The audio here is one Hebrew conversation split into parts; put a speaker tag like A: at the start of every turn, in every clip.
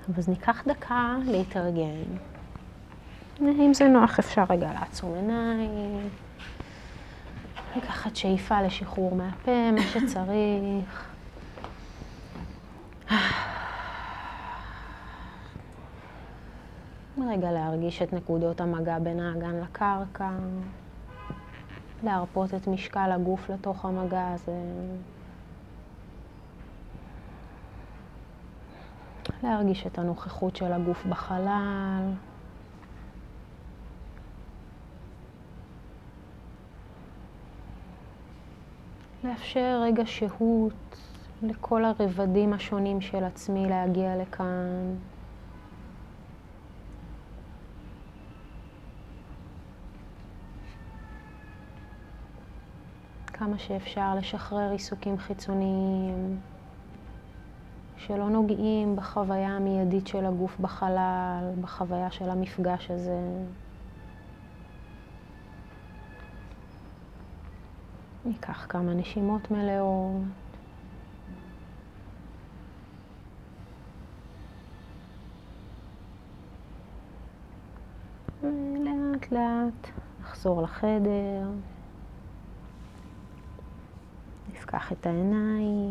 A: אז ניקח דקה להתארגן. אם זה נוח אפשר רגע לעצום עיניים. לקחת שאיפה לשחרור מהפה, מה שצריך. רגע להרגיש את נקודות המגע בין האגן לקרקע. להרפות את משקל הגוף לתוך המגע הזה. להרגיש את הנוכחות של הגוף בחלל. לאפשר רגע שהות לכל הרבדים השונים של עצמי להגיע לכאן. כמה שאפשר לשחרר עיסוקים חיצוניים שלא נוגעים בחוויה המיידית של הגוף בחלל, בחוויה של המפגש הזה. ניקח כמה נשימות מלאות. לאט לאט נחזור לחדר. נפקח את העיניים.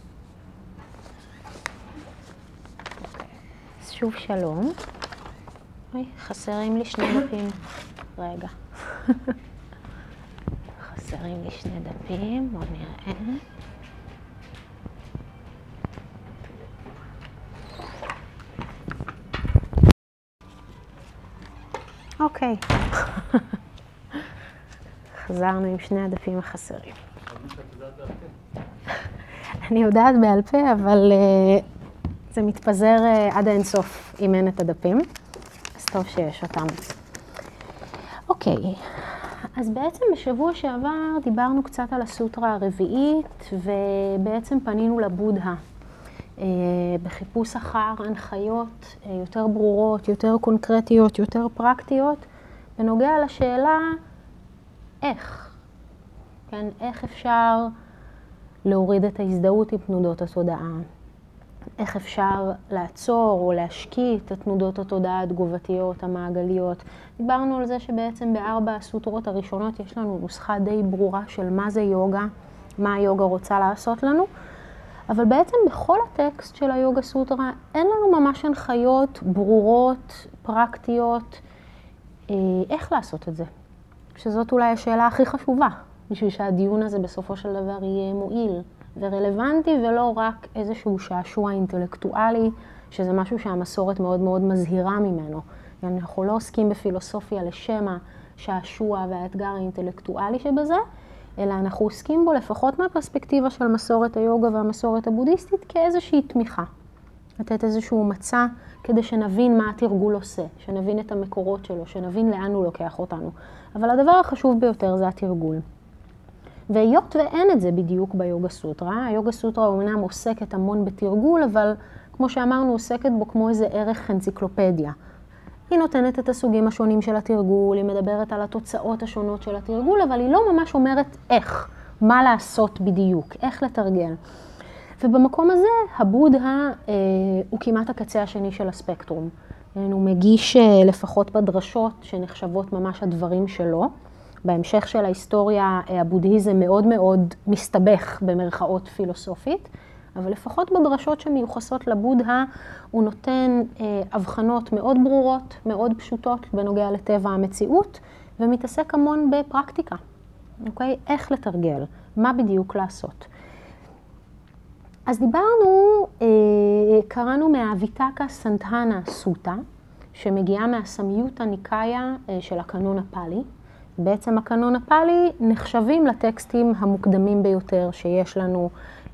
A: אז שוב שלום. אוי, חסרים לי 2 דפים. רגע. חסרים לי 2 דפים, בואו נראה. אוקיי. חזרנו עם 2 הדפים החסרים. אני יודעת בעל פה, אבל זה מתפזר עד האינסוף אם אין את הדפים. אז טוב שיש אותם. אוקיי. אז בעצם בשבוע שעבר דיברנו קצת על הסוטרה הרביעית, ובעצם פנינו לבודהה. בחיפוש אחר הנחיות יותר ברורות, יותר קונקרטיות, יותר פרקטיות, בנוגע לשאלה איך. כן, איך אפשר להוריד את ההזדהות עם תנודות התודעה? איך אפשר לעצור או להשקיט את תנודות התודעה התגובתיות, המעגליות? דיברנו על זה שבעצם ב4 הסוטרות הראשונות יש לנו נוסחה די ברורה של מה זה יוגה, מה היוגה רוצה לעשות לנו, אבל בעצם בכל הטקסט של היוגה סוטרה אין לנו ממש הנחיות ברורות, פרקטיות, איך לעשות את זה. שזאת אולי השאלה הכי חשובה, בשביל שהדיון הזה בסופו של דבר יהיה מועיל ורלוונטי, ולא רק איזשהו שעשוע אינטלקטואלי, שזה משהו שהמסורת מאוד מאוד מזהירה ממנו. אנחנו לא עוסקים בפילוסופיה לשם השעשוע והאתגר האינטלקטואלי שבזה, אלא אנחנו עוסקים בו לפחות מהפרספקטיבה של מסורת היוגה והמסורת הבודהיסטית כאיזושהי תמיכה. לתת איזשהו מצע כדי שנבין מה התרגול עושה, שנבין את המקורות שלו, שנבין לאן הוא לוקח אותנו. אבל הדבר החשוב ביותר זה התרגול. והיות ואין את זה בדיוק ביוגה סוטרה, היוגה סוטרה אומנם עוסקת המון בתרגול, אבל כמו שאמרנו עוסקת בו כמו איזה ערך אנציקלופדיה. היא נותנת את הסוגים השונים של התרגול, היא מדברת על התוצאות השונות של התרגול, אבל היא לא ממש אומרת איך, מה לעשות בדיוק, איך לתרגל. ובמקום הזה הבודהה הוא כמעט הקצה השני של הספקטרום. הוא מגיש לפחות בדרשות שנחשבות ממש הדברים שלו. בהמשך של ההיסטוריה הבודהיזם מאוד מאוד מסתבך במרכאות פילוסופית, אבל לפחות בדרשות שמיוחסות לבודהה הוא נותן הבחנות מאוד ברורות, מאוד פשוטות בנוגע לטבע המציאות, ומתעסק המון בפרקטיקה. אוקיי? איך לתרגל, מה בדיוק לעשות. אז דיברנו, קראנו מהוויטקה סנטהנה סוטה, שמגיעה מהסמיוטה ניקאיה של הקנון הפאלי. בעצם הקנון הפאלי נחשבים לטקסטים המוקדמים ביותר שיש לנו,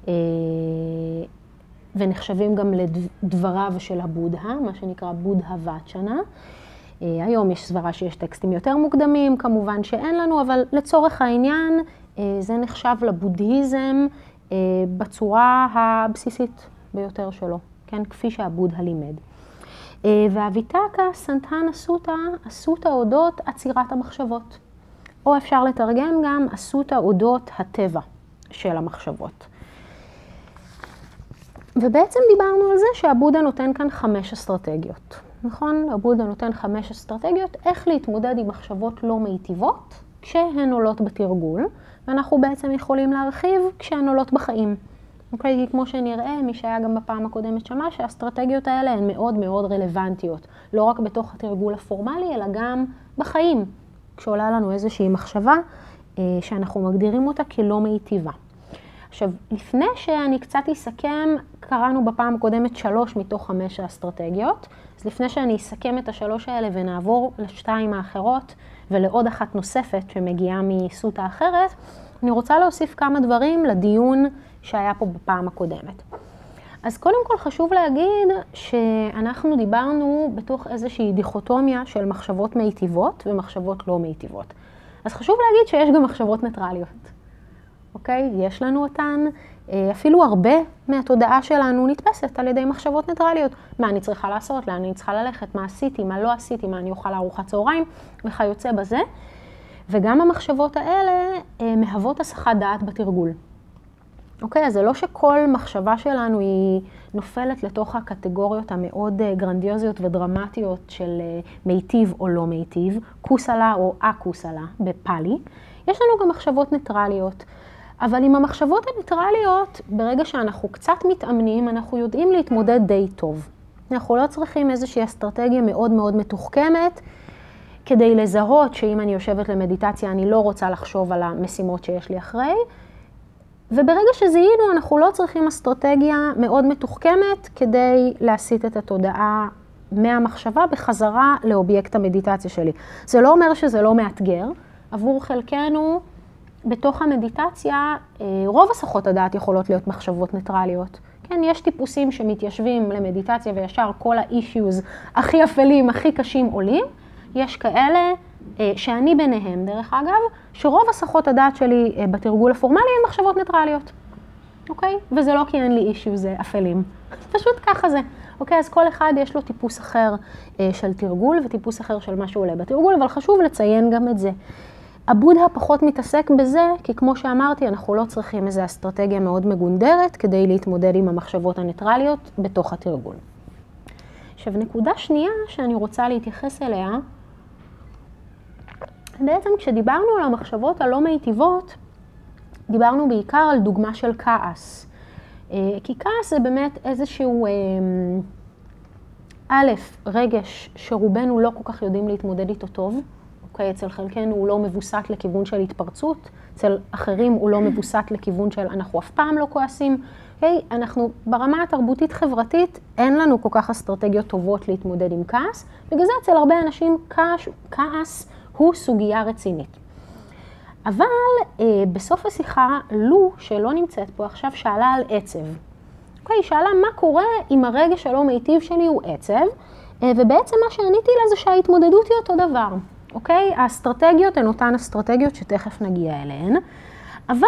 A: ונחשבים גם לדבריו של הבודהה, מה שנקרא בודהה ואצ'נה. היום יש סברה שיש טקסטים יותר מוקדמים, כמובן שאין לנו, אבל לצורך העניין זה נחשב לבודהיזם בצורה הבסיסית ביותר שלו, כן? כפי שהבודהה לימד. והוויטקה סנטהנה סוטה, הסוטה אודות עצירת המחשבות. או אפשר לתרגם גם הסוטה אודות הטבע של המחשבות. ובעצם דיברנו על זה שהבודה נותן כאן 5 אסטרטגיות. נכון? הבודה נותן 5 אסטרטגיות איך להתמודד עם מחשבות לא מיטיבות כשהן עולות בתרגול, ואנחנו בעצם יכולים להרחיב כשהן עולות בחיים. אוקיי? כמו שנראה, מי שהיה גם בפעם הקודמת שמע, שהאסטרטגיות האלה הן מאוד מאוד רלוונטיות. לא רק בתוך התרגול הפורמלי, אלא גם בחיים, כשעולה לנו איזושהי מחשבה שאנחנו מגדירים אותה כלא מיטיבה. עכשיו, לפני שאני קצת אסכם, קראנו בפעם הקודמת 3 מתוך 5 האסטרטגיות, אז לפני שאני אסכם את ה3 האלה ונעבור ל2 האחרות ולעוד אחת נוספת שמגיעה מסוטה אחרת, אני רוצה להוסיף כמה דברים לדיון שהיה פה בפעם הקודמת. אז קודם כל חשוב להגיד שאנחנו דיברנו בתוך איזושהי דיכוטומיה של מחשבות מיטיבות ומחשבות לא מיטיבות. אז חשוב להגיד שיש גם מחשבות ניטרליות. אוקיי? יש לנו אותן, אפילו הרבה מהתודעה שלנו נתפסת על ידי מחשבות ניטרליות. מה אני צריכה לעשות, לאן אני צריכה ללכת, מה עשיתי, מה לא עשיתי, מה אני אוכל לארוחת צהריים וכיוצא בזה. וגם המחשבות האלה מהוות הסחת דעת בתרגול. אוקיי, אז זה לא שכל מחשבה שלנו היא נופלת לתוך הקטגוריות המאוד גרנדיוזיות ודרמטיות של מיטיב או לא מיטיב, קוסלה או אקוסלה בפאלי. יש לנו גם מחשבות ניטרליות. אבל עם המחשבות הניטרליות, ברגע שאנחנו קצת מתאמנים, אנחנו יודעים להתמודד די טוב. אנחנו לא צריכים איזושהי אסטרטגיה מאוד מאוד מתוחכמת, כדי לזהות שאם אני יושבת למדיטציה, אני לא רוצה לחשוב על המשימות שיש לי אחרי. וברגע שזיהינו, אנחנו לא צריכים אסטרטגיה מאוד מתוחכמת, כדי להסיט את התודעה מהמחשבה בחזרה לאובייקט המדיטציה שלי. זה לא אומר שזה לא מאתגר. עבור חלקנו, בתוך המדיטציה, רוב הסחות הדעת יכולות להיות מחשבות ניטרליות. כן, יש טיפוסים שמתיישבים למדיטציה וישר כל האישיוז הכי אפלים, הכי קשים עולים. יש כאלה שאני ביניהם, דרך אגב, שרוב הסחות הדעת שלי בתרגול הפורמלי הן מחשבות ניטרליות. אוקיי? וזה לא כי אין לי אישיוז אפלים. פשוט ככה זה. אוקיי, אז כל אחד יש לו טיפוס אחר של תרגול וטיפוס אחר של מה שעולה בתרגול, אבל חשוב לציין גם את זה. הבודה פחות מתעסק בזה, כי כמו שאמרתי, אנחנו לא צריכים איזו אסטרטגיה מאוד מגונדרת כדי להתמודד עם המחשבות הניטרליות בתוך התרגול. עכשיו, נקודה שנייה שאני רוצה להתייחס אליה, בעצם כשדיברנו על המחשבות הלא מיטיבות, דיברנו בעיקר על דוגמה של כעס. כי כעס זה באמת איזשהו רגש שרובנו לא כל כך יודעים להתמודד איתו טוב. אוקיי, אצל חלקנו הוא לא מבוסט לכיוון של התפרצות, אצל אחרים הוא לא מבוסט לכיוון של אנחנו אף פעם לא כועסים. אוקיי, אנחנו ברמה התרבותית חברתית אין לנו כל כך אסטרטגיות טובות להתמודד עם כעס, בגלל זה אצל הרבה אנשים כעס הוא סוגיה רצינית. אבל בסוף השיחה, לו שלא נמצאת פה עכשיו, שאלה על עצב. אוקיי, שאלה מה קורה אם הרגש הלא מיטיב שלי הוא עצב, ובעצם מה שעניתי לה זה שההתמודדות היא אותו דבר. אוקיי? האסטרטגיות הן אותן אסטרטגיות שתכף נגיע אליהן, אבל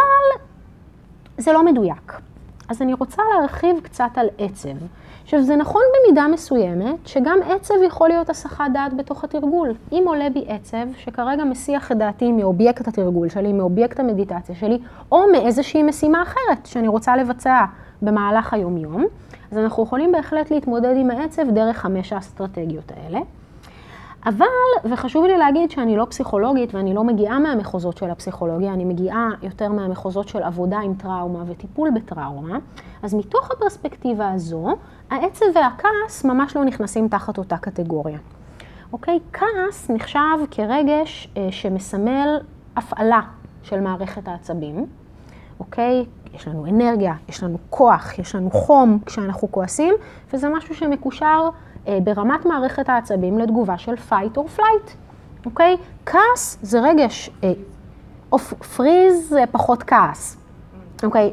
A: זה לא מדויק. אז אני רוצה להרחיב קצת על עצב. עכשיו, זה נכון במידה מסוימת שגם עצב יכול להיות הסחת דעת בתוך התרגול. אם עולה בי עצב שכרגע מסיח את דעתי מאובייקט התרגול שלי, מאובייקט המדיטציה שלי, או מאיזושהי משימה אחרת שאני רוצה לבצע במהלך היום-יום, אז אנחנו יכולים בהחלט להתמודד עם העצב דרך 5 האסטרטגיות האלה. אבל, וחשוב לי להגיד שאני לא פסיכולוגית ואני לא מגיעה מהמחוזות של הפסיכולוגיה, אני מגיעה יותר מהמחוזות של עבודה עם טראומה וטיפול בטראומה, אז מתוך הפרספקטיבה הזו, העצב והכעס ממש לא נכנסים תחת אותה קטגוריה. אוקיי? כעס נחשב כרגש שמסמל הפעלה של מערכת העצבים. אוקיי? יש לנו אנרגיה, יש לנו כוח, יש לנו חום כשאנחנו כועסים, וזה משהו שמקושר ברמת מערכת העצבים לתגובה של fight or flight. אוקיי? כעס זה רגש, פריז זה פחות כעס. אוקיי?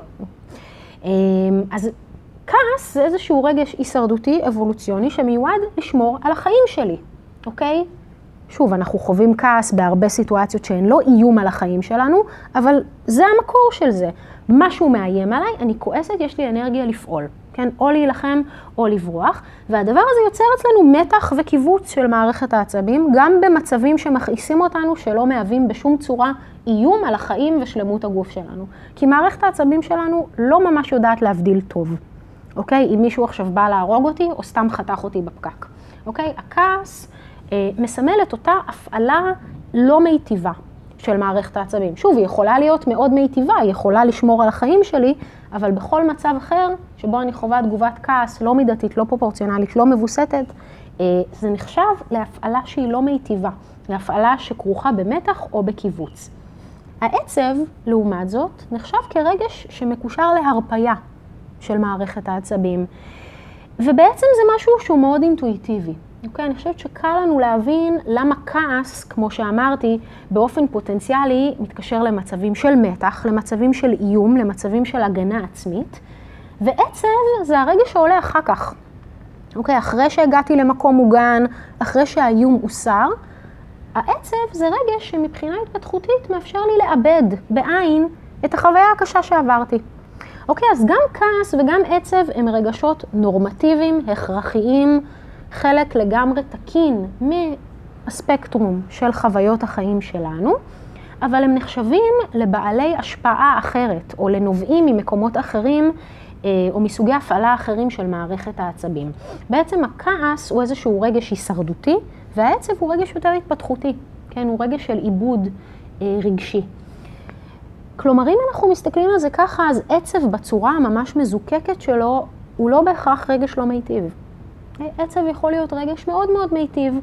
A: אז כעס זה איזשהו רגש הישרדותי, אבולוציוני, שמיועד לשמור על החיים שלי. אוקיי? שוב, אנחנו חווים כעס בהרבה סיטואציות שהן לא איום על החיים שלנו, אבל זה המקור של זה. משהו מאיים עליי, אני כועסת, יש לי אנרגיה לפעול. כן? או להילחם או לברוח. והדבר הזה יוצר אצלנו מתח וקיבוץ של מערכת העצבים, גם במצבים שמכעיסים אותנו שלא מהווים בשום צורה איום על החיים ושלמות הגוף שלנו. כי מערכת העצבים שלנו לא ממש יודעת להבדיל טוב. אוקיי? אם מישהו עכשיו בא להרוג אותי או סתם חתך אותי בפקק. אוקיי? הכעס מסמל את אותה הפעלה לא מיטיבה של מערכת העצבים. שוב, היא יכולה להיות מאוד מיטיבה, היא יכולה לשמור על החיים שלי, אבל בכל מצב אחר שבו אני חווה תגובת כעס לא מידתית, לא פרופורציונלית, לא מבוסתת, זה נחשב להפעלה שהיא לא מיטיבה, להפעלה שכרוכה במתח או בקיבוץ. העצב, לעומת זאת, נחשב כרגש שמקושר להרפיה של מערכת העצבים, ובעצם זה משהו שהוא מאוד אינטואיטיבי. אוקיי, אני חושבת שקל לנו להבין למה כעס, כמו שאמרתי, באופן פוטנציאלי מתקשר למצבים של מתח, למצבים של איום, למצבים של הגנה עצמית, ועצב זה הרגע שעולה אחר כך. אוקיי, אחרי שהגעתי למקום מוגן, אחרי שהאיום הוסר, העצב זה רגע שמבחינה התפתחותית מאפשר לי לאבד בעין את החוויה הקשה שעברתי. אוקיי, אז גם כעס וגם עצב הם רגשות נורמטיביים, הכרחיים, חלק לגמרי תקין מהספקטרום של חוויות החיים שלנו, אבל הם נחשבים לבעלי השפעה אחרת, או לנובעים ממקומות אחרים, או מסוגי הפעלה אחרים של מערכת העצבים. בעצם הכעס הוא איזשהו רגש הישרדותי, והעצב הוא רגש יותר התפתחותי, כן? הוא רגש של עיבוד רגשי. כלומר, אם אנחנו מסתכלים על זה ככה, אז עצב בצורה הממש מזוקקת שלו, הוא לא בהכרח רגש לא מיטיב. עצב יכול להיות רגש מאוד מאוד מיטיב,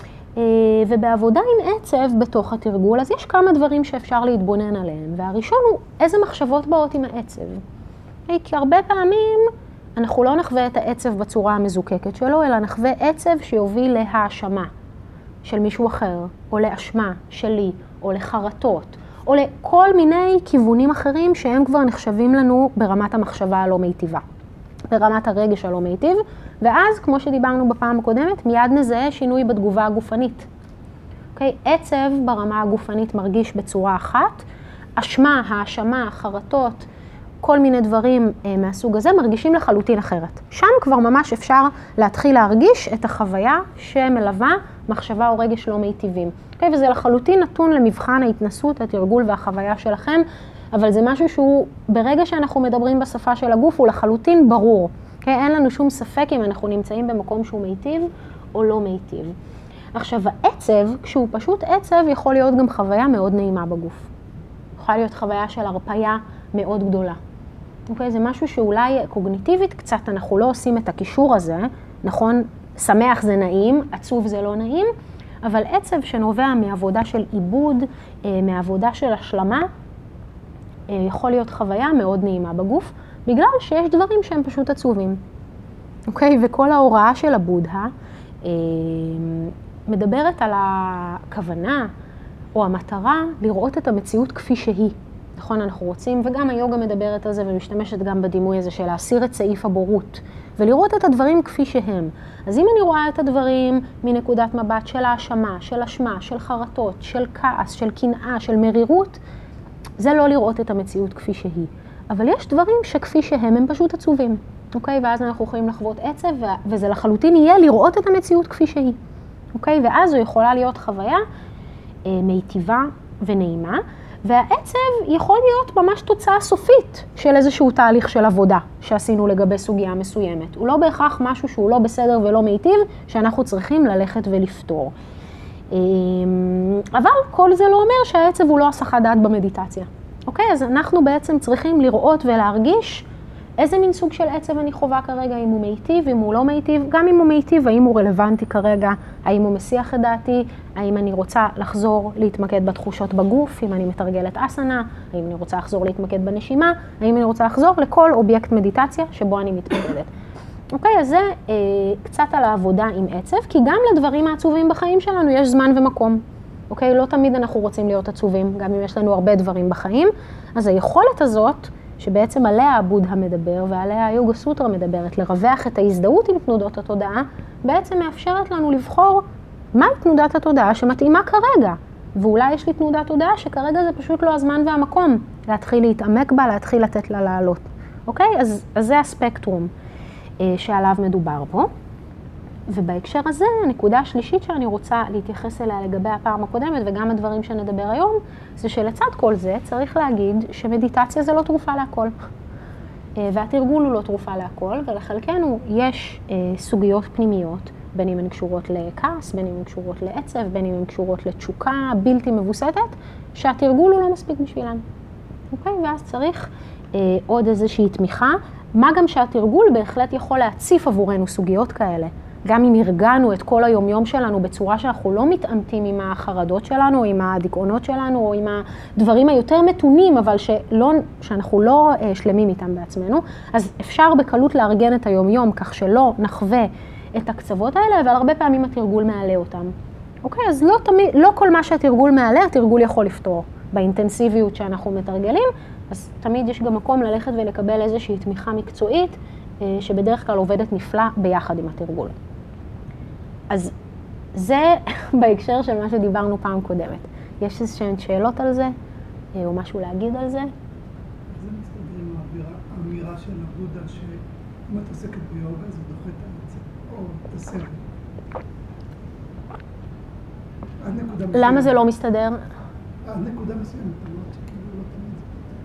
A: ובעבודה עם עצב בתוך התרגול, אז יש כמה דברים שאפשר להתבונן עליהם, והראשון הוא איזה מחשבות באות עם העצב. כי הרבה פעמים אנחנו לא נחווה את העצב בצורה המזוקקת שלו, אלא נחווה עצב שיוביל להאשמה של מישהו אחר, או לאשמה שלי, או לחרטות, או לכל מיני כיוונים אחרים שהם כבר נחשבים לנו ברמת המחשבה הלא מיטיבה, ברמת הרגש הלא מיטיב, ואז, כמו שדיברנו בפעם הקודמת, מיד נזהה שינוי בתגובה הגופנית. אוקיי? עצב ברמה הגופנית מרגיש בצורה אחת, אשמה, האשמה, חרטות, כל מיני דברים מהסוג הזה מרגישים לחלוטין אחרת. שם כבר ממש אפשר להתחיל להרגיש את החוויה שמלווה מחשבה או רגש לא מיטיבים. אוקיי? וזה לחלוטין נתון למבחן ההתנסות, התרגול והחוויה שלכם, אבל זה משהו שהוא, ברגע שאנחנו מדברים בשפה של הגוף, הוא לחלוטין ברור. אוקיי? אין לנו שום ספק אם אנחנו נמצאים במקום שהוא מיטיב או לא מיטיב. עכשיו, העצב, כשהוא פשוט עצב, יכול להיות גם חוויה מאוד נעימה בגוף. יכולה להיות חוויה של הרפיה מאוד גדולה. אוקיי? זה משהו שאולי קוגניטיבית קצת, אנחנו לא עושים את הקישור הזה, נכון? שמח זה נעים, עצוב זה לא נעים, אבל עצב שנובע מעבודה של עיבוד, מעבודה של השלמה, יכול להיות חוויה מאוד נעימה בגוף, בגלל שיש דברים שהם פשוט עצובים. אוקיי? וכל ההוראה של הבודה מדברת על הכוונה או המטרה לראות את המציאות כפי שהיא. נכון, אנחנו רוצים, וגם היוגה מדברת על זה ומשתמשת גם בדימוי הזה של להסיר את סעיף הבורות, ולראות את הדברים כפי שהם. אז אם אני רואה את הדברים מנקודת מבט של האשמה, של אשמה, של חרטות, של כעס, של קנאה, של מרירות, זה לא לראות את המציאות כפי שהיא. אבל יש דברים שכפי שהם הם פשוט עצובים. אוקיי? ואז אנחנו יכולים לחוות עצב, וזה לחלוטין יהיה לראות את המציאות כפי שהיא. אוקיי? ואז זו יכולה להיות חוויה מיטיבה ונעימה. והעצב יכול להיות ממש תוצאה סופית של איזשהו תהליך של עבודה שעשינו לגבי סוגיה מסוימת. הוא לא בהכרח משהו שהוא לא בסדר ולא מיטיב, שאנחנו צריכים ללכת ולפתור. אבל כל זה לא אומר שהעצב הוא לא הסחת דעת במדיטציה. אוקיי? אז אנחנו בעצם צריכים לראות ולהרגיש איזה מין סוג של עצב אני חווה כרגע, אם הוא מיטיב, אם הוא לא מיטיב, גם אם הוא מיטיב, האם הוא רלוונטי כרגע, האם הוא מסיח את דעתי, האם אני רוצה לחזור להתמקד בתחושות בגוף, אם אני מתרגלת אסנה, האם אני רוצה לחזור להתמקד בנשימה, האם אני רוצה לחזור לכל אובייקט מדיטציה שבו אני מתמקדת. אוקיי, אז זה קצת על העבודה עם עצב, כי גם לדברים העצובים בחיים שלנו יש זמן ומקום. אוקיי, לא תמיד אנחנו רוצים להיות עצובים, גם אם יש לנו הרבה דברים בחיים. אז היכולת הזאת, שבעצם עליה הבודה מדבר ועליה היוגה סוטרה מדברת, לרווח את ההזדהות עם תנודות התודעה, בעצם מאפשרת לנו לבחור מהי תנודת התודעה שמתאימה כרגע. ואולי יש לי תנודת תודעה שכרגע זה פשוט לא הזמן והמקום להתחיל להתעמק בה, להתחיל לתת לה לעלות. אוקיי? אז זה הספקטרום שעליו מדובר בו. ובהקשר הזה, הנקודה השלישית שאני רוצה להתייחס אליה לגבי הפעם הקודמת, וגם הדברים שנדבר היום, זה שלצד כל זה צריך להגיד שמדיטציה זה לא תרופה להכל. והתרגול הוא לא תרופה להכל, ולחלקנו יש סוגיות פנימיות, בין אם הן קשורות לכעס, בין אם הן קשורות לעצב, בין אם הן קשורות לתשוקה בלתי מבוסתת, שהתרגול הוא לא מספיק בשבילן. אוקיי? ואז צריך עוד איזושהי תמיכה, מה גם שהתרגול בהחלט יכול להציף עבורנו סוגיות כאלה. גם אם הרגענו את כל היומיום שלנו בצורה שאנחנו לא מתעמתים עם החרדות שלנו, או עם הדיכאונות שלנו, או עם הדברים היותר מתונים, אבל שאנחנו לא שלמים איתם בעצמנו, אז אפשר בקלות לארגן את היומיום כך שלא נחווה את הקצוות האלה, אבל הרבה פעמים התרגול מעלה אותם. אוקיי? אז לא כל מה שהתרגול מעלה, התרגול יכול לפתור באינטנסיביות שאנחנו מתרגלים, אז תמיד יש גם מקום ללכת ולקבל איזושהי תמיכה מקצועית, שבדרך כלל עובדת נפלא ביחד עם התרגול. אז זה בהקשר של מה שדיברנו פעם קודמת. יש איזושהי שאלות על זה, או משהו להגיד על זה?
B: זה מסתדר עם האמירה של הבודה, שאם את עוסקת ביוגה, זה דוחה את העצב, או את הסבל.
A: למה זה לא מסתדר?
B: עד נקודה מסוימת, אמרת שכאילו לא תמיד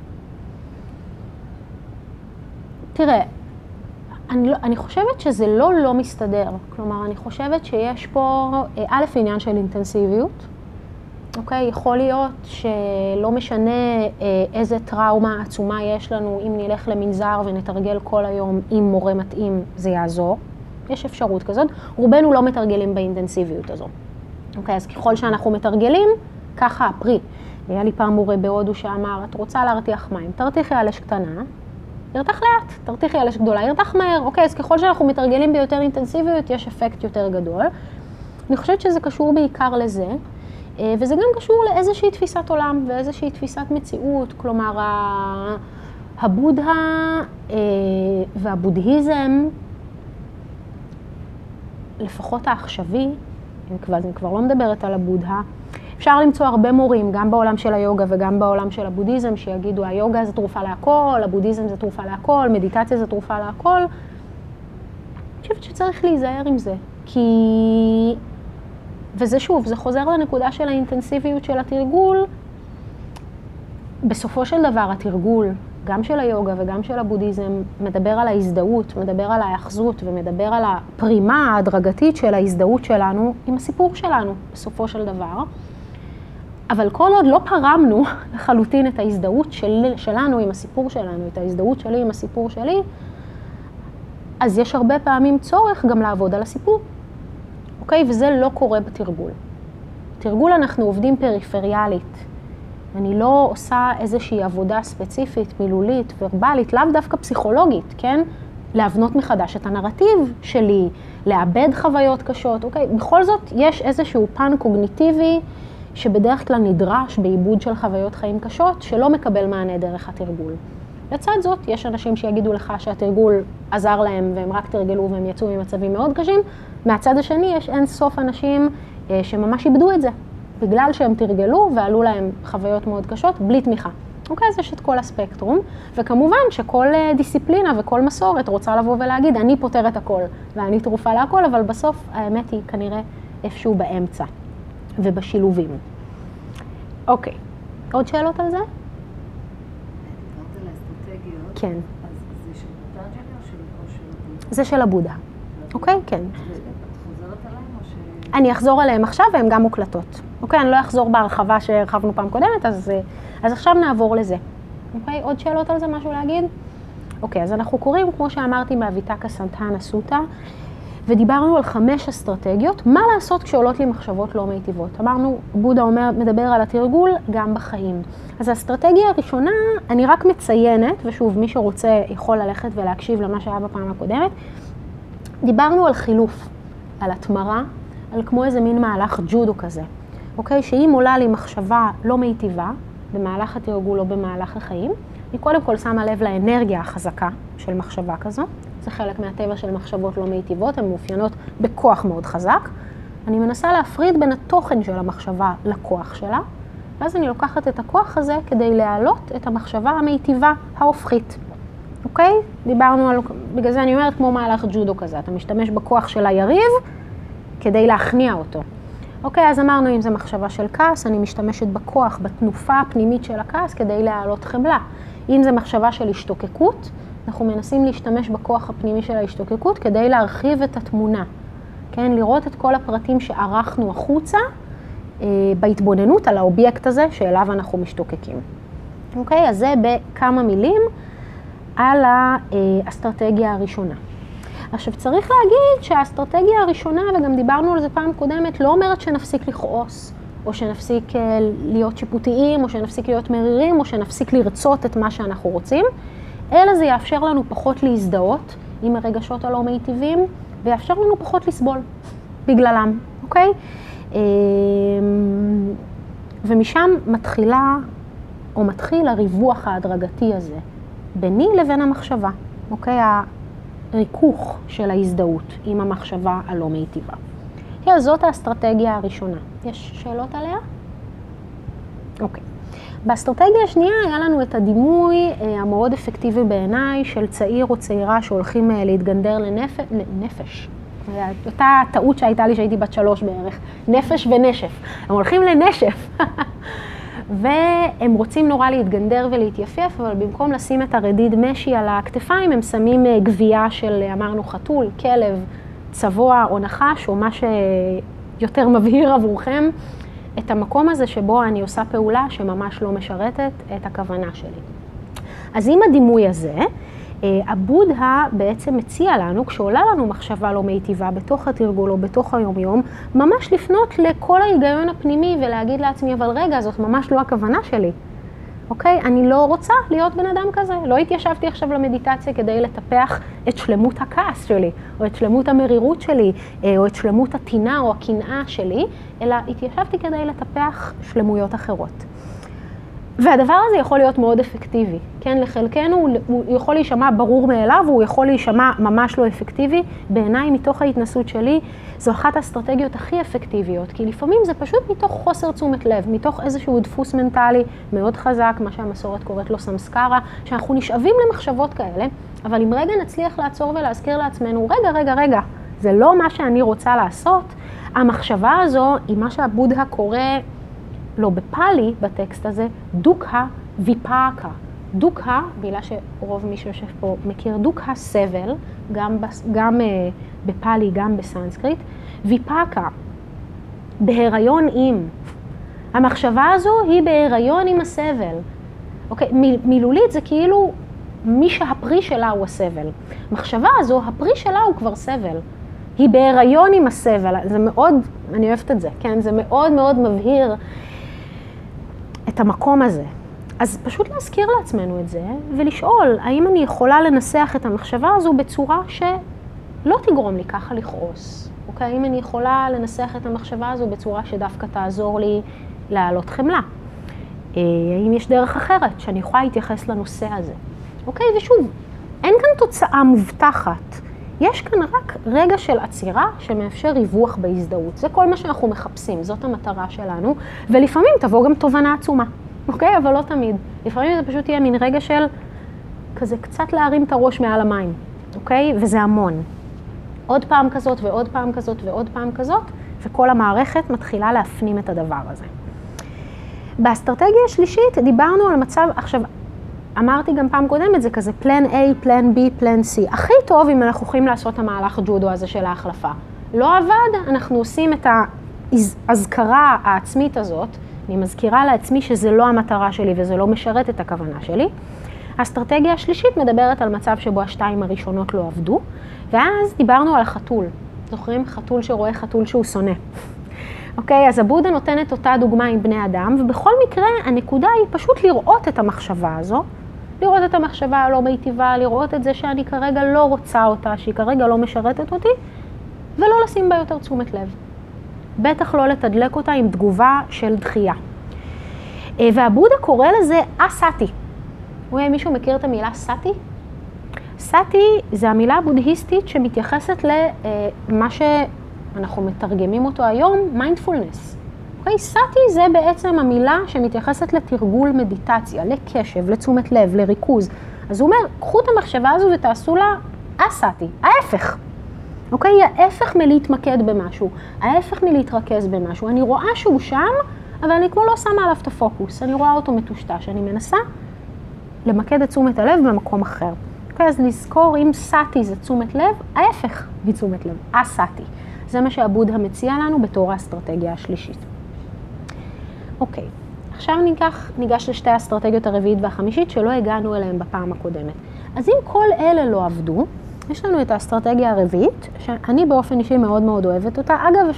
B: זה.
A: תראה, אני חושבת שזה לא מסתדר. כלומר, אני חושבת שיש פה א' עניין של אינטנסיביות. אוקיי? יכול להיות שלא משנה איזה טראומה עצומה יש לנו, אם נלך למנזר ונתרגל כל היום עם מורה מתאים, זה יעזור. יש אפשרות כזאת. רובנו לא מתרגלים באינטנסיביות הזו. אוקיי? אז ככל שאנחנו מתרגלים, ככה הפרי. היה לי פעם מורה בהודו שאמר, את רוצה להרתיח מים, תרתיחי על אש קטנה, ירתח לאט, תרתיחי על אש גדולה, ירתח מהר. אוקיי, אז ככל שאנחנו מתרגלים ביותר אינטנסיביות, יש אפקט יותר גדול. אני חושבת שזה קשור בעיקר לזה, וזה גם קשור לאיזושהי תפיסת עולם ואיזושהי תפיסת מציאות. כלומר, הבודה והבודהיזם, לפחות העכשווי, אני כבר לא מדברת על הבודה, אפשר למצוא הרבה מורים, גם בעולם של היוגה וגם בעולם של הבודהיזם, שיגידו, היוגה זה תרופה להכל, הבודהיזם זה תרופה להכל, מדיטציה זה תרופה להכל. אני חושבת שצריך להיזהר עם זה, כי... וזה שוב, זה חוזר לנקודה של האינטנסיביות של התרגול. בסופו של דבר, התרגול, גם של היוגה וגם של הבודהיזם, מדבר על ההזדהות, מדבר על ההאחזות ומדבר על הפרימה ההדרגתית של ההזדהות שלנו עם הסיפור שלנו, בסופו של דבר. אבל כל עוד לא פרמנו לחלוטין את ההזדהות שלנו עם הסיפור שלנו, את ההזדהות שלי עם הסיפור שלי, אז יש הרבה פעמים צורך גם לעבוד על הסיפור. אוקיי? וזה לא קורה בתרגול. בתרגול אנחנו עובדים פריפריאלית. אני לא עושה איזושהי עבודה ספציפית, מילולית, ורבלית, לאו דווקא פסיכולוגית, כן? להבנות מחדש את הנרטיב שלי, לאבד חוויות קשות, אוקיי? בכל זאת, יש איזשהו פן קוגניטיבי שבדרך כלל נדרש בעיבוד של חוויות חיים קשות, שלא מקבל מענה דרך התרגול. לצד זאת, יש אנשים שיגידו לך שהתרגול עזר להם והם רק תרגלו והם יצאו ממצבים מאוד קשים. מהצד השני, יש אין סוף אנשים שממש איבדו את זה, בגלל שהם תרגלו ועלו להם חוויות מאוד קשות, בלי תמיכה. אוקיי, אז יש את כל הספקטרום, וכמובן שכל דיסציפלינה וכל מסורת רוצה לבוא ולהגיד, אני פותר את הכל, ואני תרופה להכל, אבל בסוף האמת היא כנראה איפשהו באמצע, ובשילובים. אוקיי, עוד שאלות על זה?
C: דיברת על האסטרטגיות.
A: כן.
C: אז זה של פטנג'לי או של...
A: זה של הבודה. אוקיי, כן.
C: את חוזרת עליהם או ש...
A: אני אחזור עליהם עכשיו, והן גם מוקלטות. אוקיי, אני לא אחזור בהרחבה שהרחבנו פעם קודמת, אז עכשיו נעבור לזה. אוקיי, עוד שאלות על זה, משהו להגיד? אוקיי, אז אנחנו קוראים, כמו שאמרתי, מהוויטקה סנטנה סוטה, ודיברנו על 5 אסטרטגיות, מה לעשות כשעולות לי מחשבות לא מיטיבות. אמרנו, בודה מדבר על התרגול גם בחיים. אז האסטרטגיה הראשונה, אני רק מציינת, ושוב, מי שרוצה יכול ללכת ולהקשיב למה שהיה בפעם הקודמת, דיברנו על חילוף, על התמרה, על כמו איזה מין מהלך ג'ודו כזה. אוקיי? שאם עולה לי מחשבה לא מיטיבה, במהלך התרגול או במהלך החיים, אני קודם כל שמה לב לאנרגיה החזקה של מחשבה כזו. זה חלק מהטבע של מחשבות לא מיטיבות, הן מאופיינות בכוח מאוד חזק. אני מנסה להפריד בין התוכן של המחשבה לכוח שלה, ואז אני לוקחת את הכוח הזה כדי להעלות את המחשבה המיטיבה ההופכית. אוקיי? דיברנו על, בגלל זה אני אומרת כמו מהלך ג'ודו כזה, אתה משתמש בכוח של היריב כדי להכניע אותו. אוקיי, אז אמרנו אם זה מחשבה של כעס, אני משתמשת בכוח, בתנופה הפנימית של הכעס כדי להעלות חמלה. אם זה מחשבה של השתוקקות, אנחנו מנסים להשתמש בכוח הפנימי של ההשתוקקות כדי להרחיב את התמונה. כן, לראות את כל הפרטים שערכנו החוצה בהתבוננות על האובייקט הזה שאליו אנחנו משתוקקים. אוקיי, אז זה בכמה מילים על האסטרטגיה הראשונה. עכשיו צריך להגיד שהאסטרטגיה הראשונה, וגם דיברנו על זה פעם קודמת, לא אומרת שנפסיק לכעוס, או שנפסיק להיות שיפוטיים, או שנפסיק להיות מרירים, או שנפסיק לרצות את מה שאנחנו רוצים, אלא זה יאפשר לנו פחות להזדהות עם הרגשות הלא מיטיבים, ויאפשר לנו פחות לסבול בגללם, אוקיי? ומשם מתחיל הריווח ההדרגתי הזה, ביני לבין המחשבה, אוקיי? הריכוך של ההזדהות עם המחשבה הלא מיטיבה. אז זאת האסטרטגיה הראשונה. יש שאלות עליה? אוקיי. באסטרטגיה השנייה היה לנו את הדימוי המאוד אפקטיבי בעיניי של צעיר או צעירה שהולכים להתגנדר לנפש. אותה טעות שהייתה לי שהייתי בת 3 בערך, נפש ונשף. הם הולכים לנשף. והם רוצים נורא להתגנדר ולהתייפף, אבל במקום לשים את הרדיד משי על הכתפיים, הם שמים גבייה של, אמרנו, חתול, כלב, צבוע או נחש, או מה שיותר מבהיר עבורכם, את המקום הזה שבו אני עושה פעולה שממש לא משרתת את הכוונה שלי. אז עם הדימוי הזה, הבודה בעצם מציע לנו, כשעולה לנו מחשבה לא מיטיבה בתוך התרגול או בתוך היום-יום, ממש לפנות לכל ההיגיון הפנימי ולהגיד לעצמי, אבל רגע, זאת ממש לא הכוונה שלי. אוקיי? אני לא רוצה להיות בן אדם כזה. לא התיישבתי עכשיו למדיטציה כדי לטפח את שלמות הכעס שלי, או את שלמות המרירות שלי, או את שלמות הטינה או הקנאה שלי, אלא התיישבתי כדי לטפח שלמויות אחרות. והדבר הזה יכול להיות מאוד אפקטיבי, כן? לחלקנו הוא יכול להישמע ברור מאליו, הוא יכול להישמע ממש לא אפקטיבי. בעיניי, מתוך ההתנסות שלי, זו אחת האסטרטגיות הכי אפקטיביות, כי לפעמים זה פשוט מתוך חוסר תשומת לב, מתוך איזשהו דפוס מנטלי מאוד חזק, מה שהמסורת קוראת לו סמסקרה, שאנחנו נשאבים למחשבות כאלה, אבל אם רגע נצליח לעצור ולהזכיר לעצמנו, רגע, זה לא מה שאני רוצה לעשות, המחשבה הזו היא מה שהבודה קורא, לא בפאלי, בטקסט הזה, דוקה ויפאקה. דוקה, מילה שרוב מי שיושב פה מכיר, דוקה סבל, גם בפאלי, גם בסנסקריט, ויפאקה, בהיריון עם. המחשבה הזו היא בהיריון עם הסבל. אוקיי, מילולית זה כאילו מי שהפרי שלה הוא הסבל. מחשבה הזו, הפרי שלה הוא כבר סבל. היא בהיריון עם הסבל. זה מאוד, אני אוהבת את זה, כן? זה מאוד מאוד מבהיר את המקום הזה. אז פשוט להזכיר לעצמנו את זה ולשאול, האם אני יכולה לנסח את המחשבה הזו בצורה שלא תגרום לי ככה לכעוס? אוקיי? האם אני יכולה לנסח את המחשבה הזו בצורה שדווקא תעזור לי להעלות חמלה? האם יש דרך אחרת שאני יכולה להתייחס לנושא הזה? אוקיי? ושוב, אין כאן תוצאה מובטחת. יש כאן רק רגע של עצירה שמאפשר ריווח בהזדהות. זה כל מה שאנחנו מחפשים, זאת המטרה שלנו. ולפעמים תבוא גם תובנה עצומה, אוקיי? אבל לא תמיד. לפעמים זה פשוט יהיה מין רגע של כזה קצת להרים את הראש מעל המים, אוקיי? וזה המון. עוד פעם כזאת ועוד פעם כזאת ועוד פעם כזאת, וכל המערכת מתחילה להפנים את הדבר הזה. באסטרטגיה השלישית דיברנו על מצב, עכשיו, אמרתי גם פעם קודמת, זה כזה פלן A, פלן B, פלן C. הכי טוב אם אנחנו יכולים לעשות המהלך ג'ודו הזה של ההחלפה. לא עבד, אנחנו עושים את ההזכרה העצמית הזאת. אני מזכירה לעצמי שזה לא המטרה שלי וזה לא משרת את הכוונה שלי. האסטרטגיה השלישית מדברת על מצב שבו השתיים הראשונות לא עבדו. ואז דיברנו על החתול. זוכרים? חתול שרואה חתול שהוא שונא. אוקיי, אז הבודה נותנת אותה דוגמה עם בני אדם, ובכל מקרה הנקודה היא פשוט לראות את המחשבה הזו, לראות את המחשבה הלא מיטיבה, לראות את זה שאני כרגע לא רוצה אותה, שהיא כרגע לא משרתת אותי, ולא לשים בה יותר תשומת לב. בטח לא לתדלק אותה עם תגובה של דחייה. והבודה קורא לזה אסאטי. מישהו מכיר את המילה סאטי? סאטי זה המילה הבודהיסטית שמתייחסת למה שאנחנו מתרגמים אותו היום, מיינדפולנס. אוקיי, סאטי זה בעצם המילה שמתייחסת לתרגול מדיטציה, לקשב, לתשומת לב, לריכוז. אז הוא אומר, קחו את המחשבה הזו ותעשו לה אסאטי, ההפך. אוקיי, ההפך מלהתמקד במשהו, ההפך מלהתרכז במשהו. אני רואה שהוא שם, אבל אני כמו לא שמה עליו את הפוקוס. אני רואה אותו מטושטש, אני מנסה למקד את תשומת הלב במקום אחר. אוקיי, אז לזכור אם סאטי זה תשומת לב, ההפך מתשומת לב, אסאטי. זה מה שהבודה מציע לנו בתור האסטרטגיה השלישית. אוקיי, עכשיו ניגש לשתי האסטרטגיות הרביעית והחמישית שלא הגענו אליהן בפעם הקודמת. אז אם כל אלה לא עבדו, יש לנו את האסטרטגיה הרביעית, שאני באופן אישי מאוד מאוד אוהבת אותה. אגב,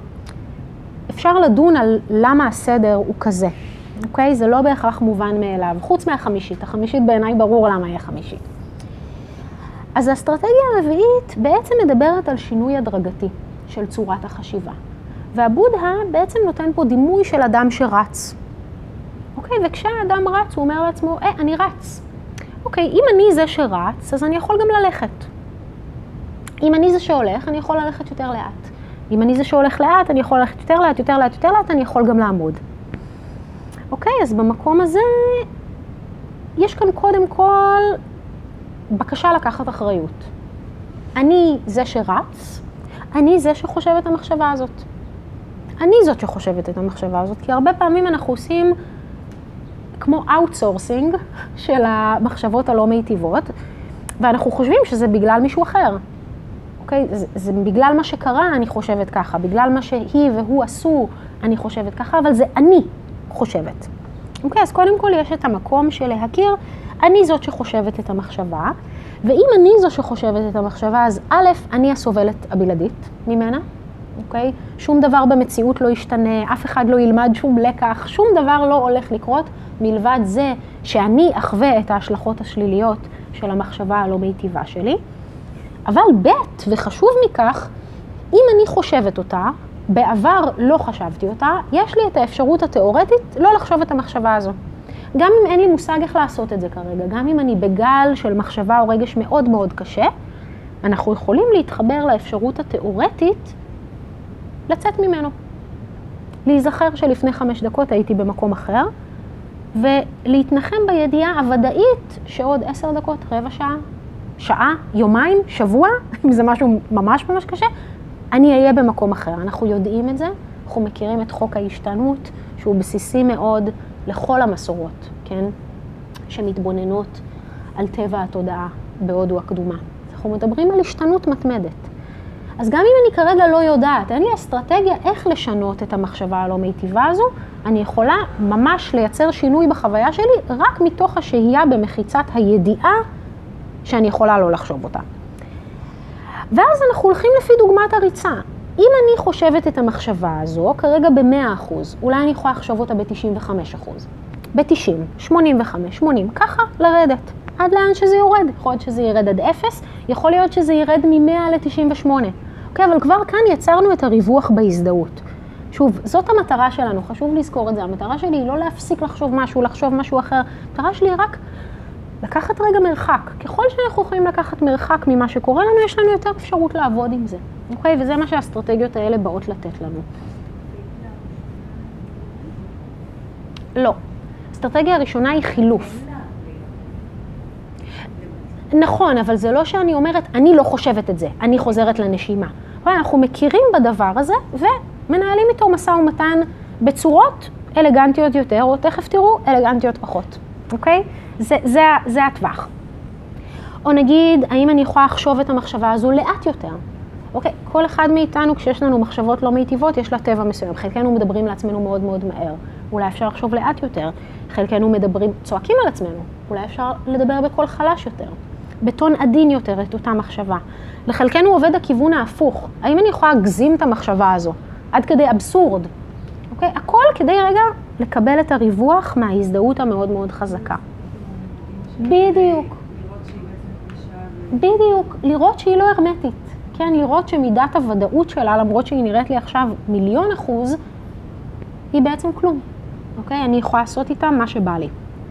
A: אפשר לדון על למה הסדר הוא כזה. אוקיי? זה לא בהכרח מובן מאליו, חוץ מהחמישית. החמישית בעיניי ברור למה היא החמישית. אז האסטרטגיה הרביעית בעצם מדברת על שינוי הדרגתי של צורת החשיבה. והבודה בעצם נותן פה דימוי של אדם שרץ. אוקיי? וכשהאדם רץ, הוא אומר לעצמו, אני רץ. אוקיי, אם אני זה שרץ, אז אני יכול גם ללכת. אם אני זה שהולך, אני יכול ללכת יותר לאט. אם אני זה שהולך לאט, אני יכול ללכת יותר לאט, יותר לאט, יותר לאט, אני יכול גם לעמוד. אוקיי, אז במקום הזה, יש כאן קודם כל בקשה לקחת אחריות. אני זה שרץ, אני זה שחושב את המחשבה הזאת. אני זאת שחושבת את המחשבה הזאת, כי הרבה פעמים אנחנו עושים כמו אאוטסורסינג של המחשבות הלא מיטיבות, ואנחנו חושבים שזה בגלל מישהו אחר. אוקיי? זה בגלל מה שקרה אני חושבת ככה, בגלל מה שהיא והוא עשו אני חושבת ככה, אבל זה אני חושבת. אוקיי? אז קודם כל יש את המקום של להכיר, אני זאת שחושבת את המחשבה, ואם אני זאת שחושבת את המחשבה, אז א', אני הסובלת הבלעדית ממנה. אוקיי? שום דבר במציאות לא ישתנה, אף אחד לא ילמד שום לקח, שום דבר לא הולך לקרות מלבד זה שאני אחווה את ההשלכות השליליות של המחשבה הלא מיטיבה שלי. אבל ב' וחשוב מכך, אם אני חושבת אותה, בעבר לא חשבתי אותה, יש לי את האפשרות התיאורטית לא לחשוב את המחשבה הזו. גם אם אין לי מושג איך לעשות את זה כרגע, גם אם אני בגל של מחשבה או רגש מאוד מאוד קשה, אנחנו יכולים להתחבר לאפשרות התיאורטית לצאת ממנו. להיזכר שלפני 5 דקות הייתי במקום אחר, ולהתנחם בידיעה הוודאית שעוד 10 דקות, רבע שעה, שעה, יומיים, שבוע, אם זה משהו ממש ממש קשה, אני אהיה במקום אחר. אנחנו יודעים את זה, אנחנו מכירים את חוק ההשתנות, שהוא בסיסי מאוד לכל המסורות, כן? שמתבוננות על טבע התודעה בהודו הקדומה. אנחנו מדברים על השתנות מתמדת. אז גם אם אני כרגע לא יודעת, אין לי אסטרטגיה איך לשנות את המחשבה הלא מיטיבה הזו, אני יכולה ממש לייצר שינוי בחוויה שלי, רק מתוך השהייה במחיצת הידיעה שאני יכולה לא לחשוב אותה. ואז אנחנו הולכים לפי דוגמת הריצה. אם אני חושבת את המחשבה הזו, כרגע ב-100%, אולי אני יכולה לחשוב אותה ב-95%, ב-90, 85, 80, ככה לרדת. עד לאן שזה יורד. יכול להיות שזה ירד עד 0, יכול להיות שזה ירד מ-100 ל-98. אוקיי, אבל כבר כאן יצרנו את הריווח בהזדהות. שוב, זאת המטרה שלנו, חשוב לזכור את זה. המטרה שלי היא לא להפסיק לחשוב משהו אחר. המטרה שלי היא רק לקחת רגע מרחק. ככל שאנחנו יכולים לקחת מרחק ממה שקורה לנו, יש לנו יותר אפשרות לעבוד עם זה. אוקיי, וזה מה שהאסטרטגיות האלה באות לתת לנו. לא. האסטרטגיה הראשונה היא חילוף. נכון, אבל זה לא שאני אומרת, אני לא חושבת את זה, אני חוזרת לנשימה. אנחנו מכירים בדבר הזה ומנהלים איתו משא ומתן בצורות אלגנטיות יותר, או תכף תראו, אלגנטיות פחות. אוקיי? זה הטווח. או נגיד, האם אני יכולה לחשוב את המחשבה הזו לאט יותר? אוקיי, כל אחד מאיתנו, כשיש לנו מחשבות לא מיטיבות, יש לה טבע מסוים. חלקנו מדברים לעצמנו מאוד מאוד מהר. אולי אפשר לחשוב לאט יותר. חלקנו צועקים על עצמנו. אולי אפשר לדבר בקול חלש יותר. בטון עדין יותר את אותה מחשבה. לחלקנו עובד הכיוון ההפוך. האם אני יכולה להגזים את המחשבה הזו? עד כדי אבסורד. אוקיי? הכל כדי רגע לקבל את הריווח מההזדהות המאוד מאוד חזקה. בדיוק. בדיוק. לראות שהיא לא הרמטית. כן, לראות שמידת הוודאות שלה, למרות שהיא נראית לי עכשיו 1,000,000%, היא בעצם כלום. אוקיי? אני יכולה לעשות איתה מה שבא לי.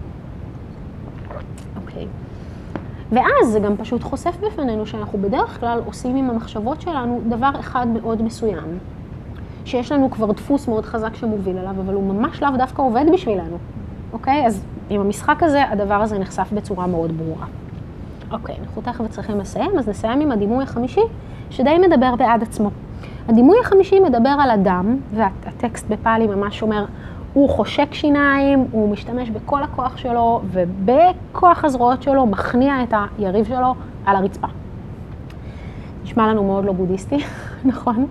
A: אוקיי. ואז זה גם פשוט חושף בפנינו שאנחנו בדרך כלל עושים עם המחשבות שלנו דבר אחד מאוד מסוים, שיש לנו כבר דפוס מאוד חזק שמוביל אליו, אבל הוא ממש לאו דווקא עובד בשבילנו. אוקיי? אז עם המשחק הזה, הדבר הזה נחשף בצורה מאוד ברורה. אוקיי, אנחנו תכף צריכים לסיים, אז נסיים עם הדימוי החמישי, שדי מדבר בעד עצמו. הדימוי החמישי מדבר על אדם, והטקסט בפאלי ממש אומר, הוא חושק שיניים, הוא משתמש בכל הכוח שלו, ובכוח הזרועות שלו מכניע את היריב שלו על הרצפה. נשמע לנו מאוד לא בודהיסטי, נכון?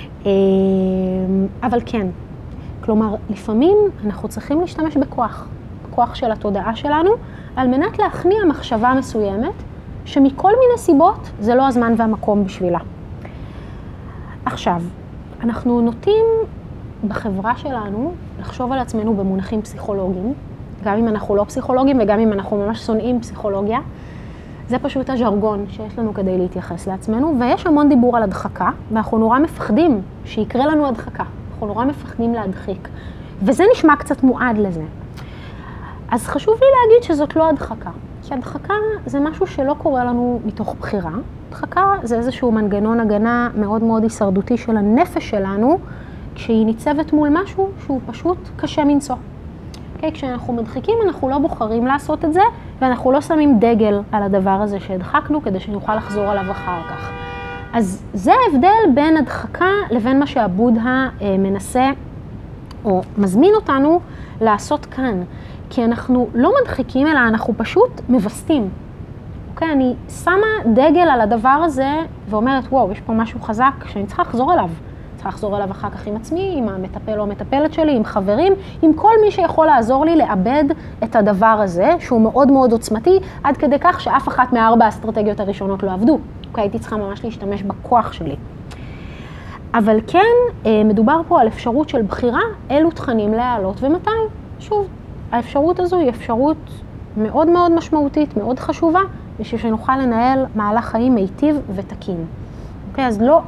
A: אבל כן, כלומר, לפעמים אנחנו צריכים להשתמש בכוח, כוח של התודעה שלנו, על מנת להכניע מחשבה מסוימת, שמכל מיני סיבות זה לא הזמן והמקום בשבילה. עכשיו, אנחנו נוטים בחברה שלנו לחשוב על עצמנו במונחים פסיכולוגיים, גם אם אנחנו לא פסיכולוגים וגם אם אנחנו ממש שונאים פסיכולוגיה. זה פשוט הז'רגון שיש לנו כדי להתייחס לעצמנו, ויש המון דיבור על הדחקה, ואנחנו נורא מפחדים שיקרה לנו הדחקה. אנחנו נורא מפחדים להדחיק, וזה נשמע קצת מועד לזה. אז חשוב לי להגיד שזאת לא הדחקה, כי הדחקה זה משהו שלא קורה לנו מתוך בחירה. הדחקה זה איזשהו מנגנון הגנה מאוד מאוד הישרדותי של הנפש שלנו, כשהיא ניצבת מול משהו שהוא פשוט קשה מנשוא. Okay, כשאנחנו מדחיקים, אנחנו לא בוחרים לעשות את זה, ואנחנו לא שמים דגל על הדבר הזה שהדחקנו, כדי שנוכל לחזור עליו אחר כך. אז זה ההבדל בין הדחקה לבין מה שהבודה מנסה, או מזמין אותנו לעשות כאן. כי אנחנו לא מדחיקים, אלא אנחנו פשוט מבסטים. אוקיי, אני שמה דגל על הדבר הזה, ואומרת, וואו, יש פה משהו חזק שאני צריכה לחזור אליו. צריכה לחזור אליו אחר כך עם עצמי, עם המטפל או המטפלת שלי, עם חברים, עם כל מי שיכול לעזור לי לאבד את הדבר הזה, שהוא מאוד מאוד עוצמתי, עד כדי כך שאף אחת מהארבע האסטרטגיות הראשונות לא עבדו. אוקיי, הייתי צריכה ממש להשתמש בכוח שלי. אבל כן, מדובר פה על אפשרות של בחירה, אילו תכנים להעלות ומתי. שוב, האפשרות הזו היא אפשרות מאוד מאוד משמעותית, מאוד חשובה, בשביל שנוכל לנהל מהלך חיים מיטיב ותקין. אוקיי, אז לא...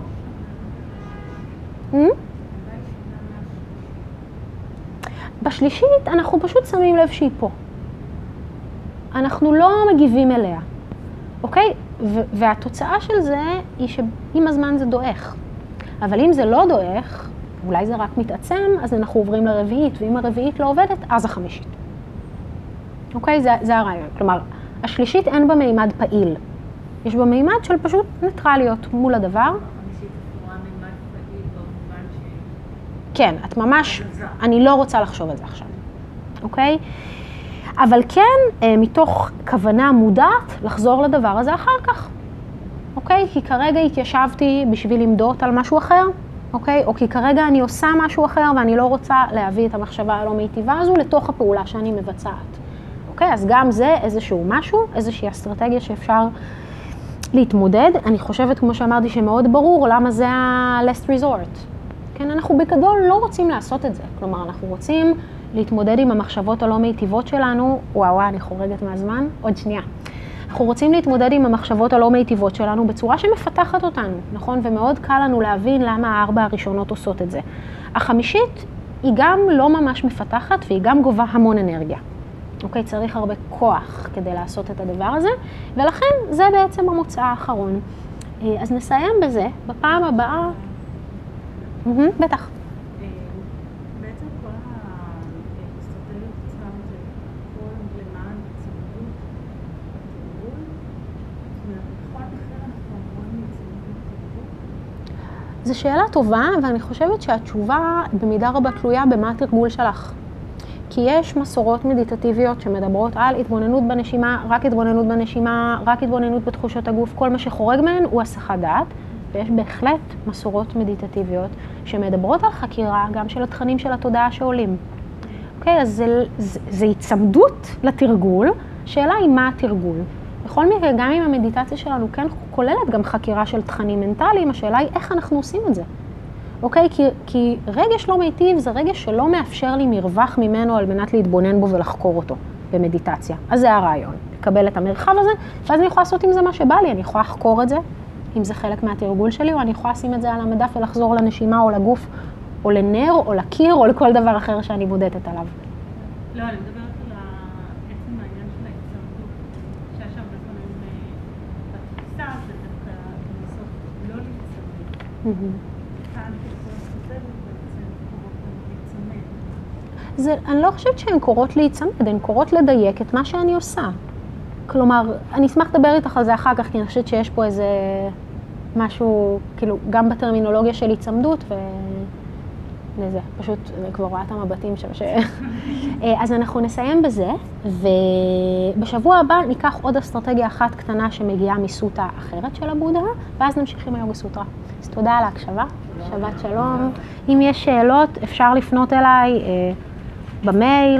A: בשלישית אנחנו פשוט שמים לב שהיא פה. אנחנו לא מגיבים אליה. אוקיי? והתוצאה של זה היא שעם הזמן זה דועך. אבל אם זה לא דועך, אולי זה רק מתעצם, אז אנחנו עוברים לרביעית, ואם הרביעית לא עובדת, אז החמישית. אוקיי? זה הרעיון. כלומר, השלישית אין בה מימד פעיל. יש בה מימד של פשוט ניטרליות מול הדבר. כן, את ממש, אני לא רוצה לחשוב על זה עכשיו, אוקיי? אבל כן, מתוך כוונה מודעת לחזור לדבר הזה אחר כך, אוקיי? כי כרגע התיישבתי בשביל למדות על משהו אחר, אוקיי? או כי כרגע אני עושה משהו אחר ואני לא רוצה להביא את המחשבה הלא מיטיבה הזו לתוך הפעולה שאני מבצעת, אוקיי? אז גם זה איזשהו משהו, איזושהי אסטרטגיה שאפשר להתמודד. אני חושבת, כמו שאמרתי, שמאוד ברור למה זה ה-last resort. כן, אנחנו בגדול לא רוצים לעשות את זה. כלומר, אנחנו רוצים להתמודד עם המחשבות הלא מיטיבות שלנו. וואו, אני חורגת מהזמן. עוד שנייה. אנחנו רוצים להתמודד עם המחשבות הלא מיטיבות שלנו בצורה שמפתחת אותנו, נכון? ומאוד קל לנו להבין למה הארבע הראשונות עושות את זה. החמישית היא גם לא ממש מפתחת והיא גם גובה המון אנרגיה. אוקיי, צריך הרבה כוח כדי לעשות את הדבר הזה, ולכן זה בעצם המוצא האחרון. אז נסיים בזה. בפעם הבאה... בטח.
C: בעצם כל האסטרטגיות עצמם זה כל למען צמדות בתרגול. זאת אומרת, בכל אחר אנחנו אמורים לצמדות בתרגול.
A: זו שאלה טובה, ואני חושבת שהתשובה במידה רבה תלויה במה התרגול שלך. כי יש מסורות מדיטטיביות שמדברות על התבוננות בנשימה, רק התבוננות בנשימה, רק התבוננות בתחושות הגוף, כל מה שחורג מהן הוא הסחת דעת. ויש בהחלט מסורות מדיטטיביות שמדברות על חקירה גם של התכנים של התודעה שעולים. אוקיי, אז זה הצמדות לתרגול, שאלה היא מה התרגול. בכל מקרה, גם אם המדיטציה שלנו כן כוללת גם חקירה של תכנים מנטליים, השאלה היא איך אנחנו עושים את זה. אוקיי, כי רגש לא מיטיב זה רגש שלא מאפשר לי מרווח ממנו על מנת להתבונן בו ולחקור אותו במדיטציה. אז זה הרעיון, לקבל את המרחב הזה, ואז אני יכולה לעשות עם זה מה שבא לי, אני יכולה לחקור את זה, אם זה חלק מהתרגול שלי, או אני יכולה לשים את זה על המדף ולחזור לנשימה או לגוף, או לנר, או לקיר, או לכל דבר אחר שאני בודדת עליו.
C: לא, אני מדברת על עצם העניין של ההצטרדות, שיש הרבה פעמים בתפיסה, זה דווקא לנסות לא להצטרדות. כאן ככל חוזרת בעצם קורות להיצמד.
A: אני לא חושבת שהן קורות להיצמד, הן קורות לדייק את מה שאני עושה. כלומר, אני אשמח לדבר איתך על זה אחר כך, כי אני חושבת שיש פה איזה משהו, כאילו, גם בטרמינולוגיה של הצמדות, לזה. פשוט כבר רואה את המבטים שם. אז אנחנו נסיים בזה, ובשבוע הבא ניקח עוד אסטרטגיה אחת קטנה שמגיעה מסוטה אחרת של הבודה, ואז נמשיך עם היוגה סוטרה. אז תודה על ההקשבה, שבת שלום. אם יש שאלות, אפשר לפנות אליי במייל.